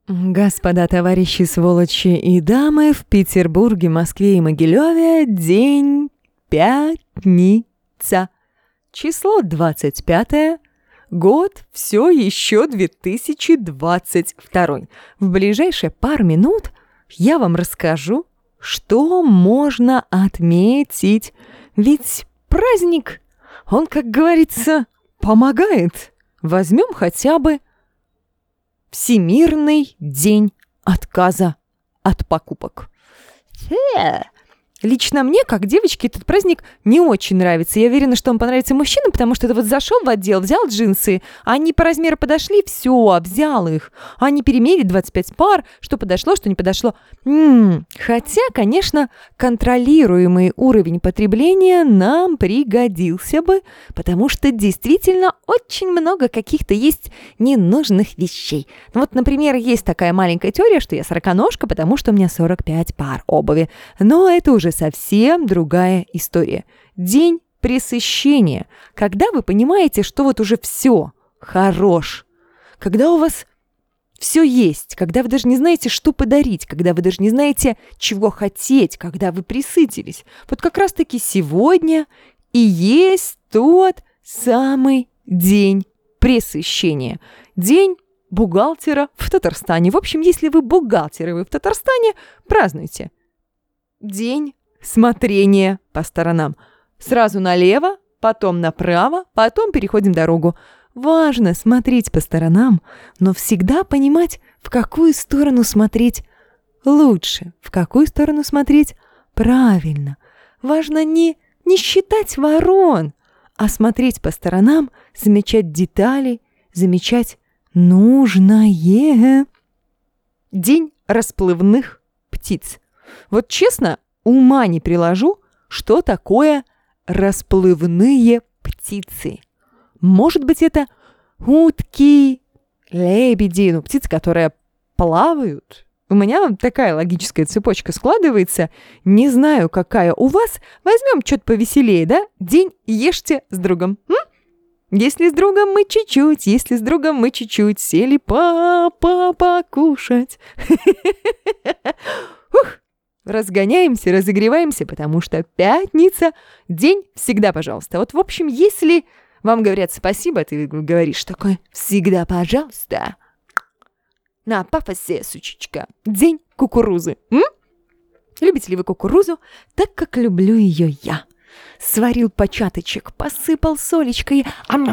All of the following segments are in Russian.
Господа, товарищи, сволочи и дамы, в Петербурге, Москве и Могилеве день пятница. Число 25, год все еще 2022. В ближайшие пару минут я вам расскажу, что можно отметить. Ведь праздник, он, как говорится, помогает. Возьмем хотя бы Всемирный день отказа от покупок. Лично мне, как девочке, этот праздник не очень нравится. Я уверена, что он понравится мужчинам, потому что это вот зашел в отдел, взял джинсы, они по размеру подошли, все, взял их. Они перемерили 25 пар, что подошло, что не подошло. Хотя, конечно, контролируемый уровень потребления нам пригодился бы, потому что действительно очень много каких-то есть ненужных вещей. Вот, например, есть такая маленькая теория, что я сороконожка, потому что у меня 45 пар обуви. Но это уже совсем другая история. День пресыщения. Когда вы понимаете, что вот уже все хорош. Когда у вас все есть. Когда вы даже не знаете, что подарить. Когда вы даже не знаете, чего хотеть. Когда вы пресытились. Вот как раз-таки сегодня и есть тот самый день пресыщения. День бухгалтера в Татарстане. В общем, если вы бухгалтер и вы в Татарстане, празднуйте. День смотрения по сторонам. Сразу налево, потом направо, потом переходим дорогу. Важно смотреть по сторонам, но всегда понимать, в какую сторону смотреть лучше, в какую сторону смотреть правильно. Важно не считать ворон, а смотреть по сторонам, замечать детали, замечать нужное. День расплывных птиц. Вот честно, ума не приложу, что такое расплывные птицы. Может быть, это утки, лебеди, птицы, которые плавают. У меня такая логическая цепочка складывается. Не знаю, какая у вас. Возьмем что-то повеселее, да? День ешьте с другом. Если с другом мы чуть-чуть, если с другом мы чуть-чуть сели покушать. Разгоняемся, разогреваемся, потому что пятница, день всегда пожалуйста. Вот, в общем, если вам говорят спасибо, ты говоришь такое всегда пожалуйста. На пафосе, сучечка. День кукурузы. Любите ли вы кукурузу так, как люблю ее я? Сварил початочек, посыпал солечкой.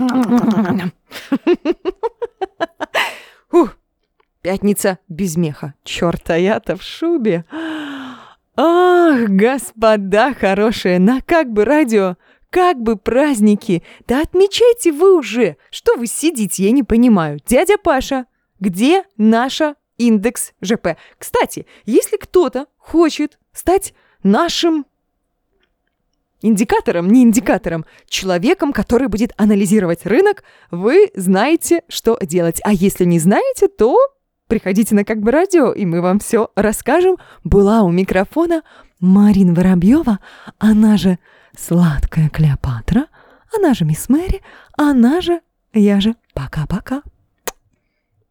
Пятница без меха. Чёрт, а я-то в шубе. Ах, господа хорошие, на как бы радио, как бы праздники. Да отмечайте вы уже. Что вы сидите, я не понимаю. Дядя Паша, где наша индекс ЖП? Кстати, если кто-то хочет стать нашим индикатором, не индикатором, человеком, который будет анализировать рынок, вы знаете, что делать. А если не знаете, то приходите на как бы радио, и мы вам все расскажем. Была у микрофона Марина Воробьева, она же Сладкая Клеопатра, она же Мисс Мэри, она же я же. Пока-пока.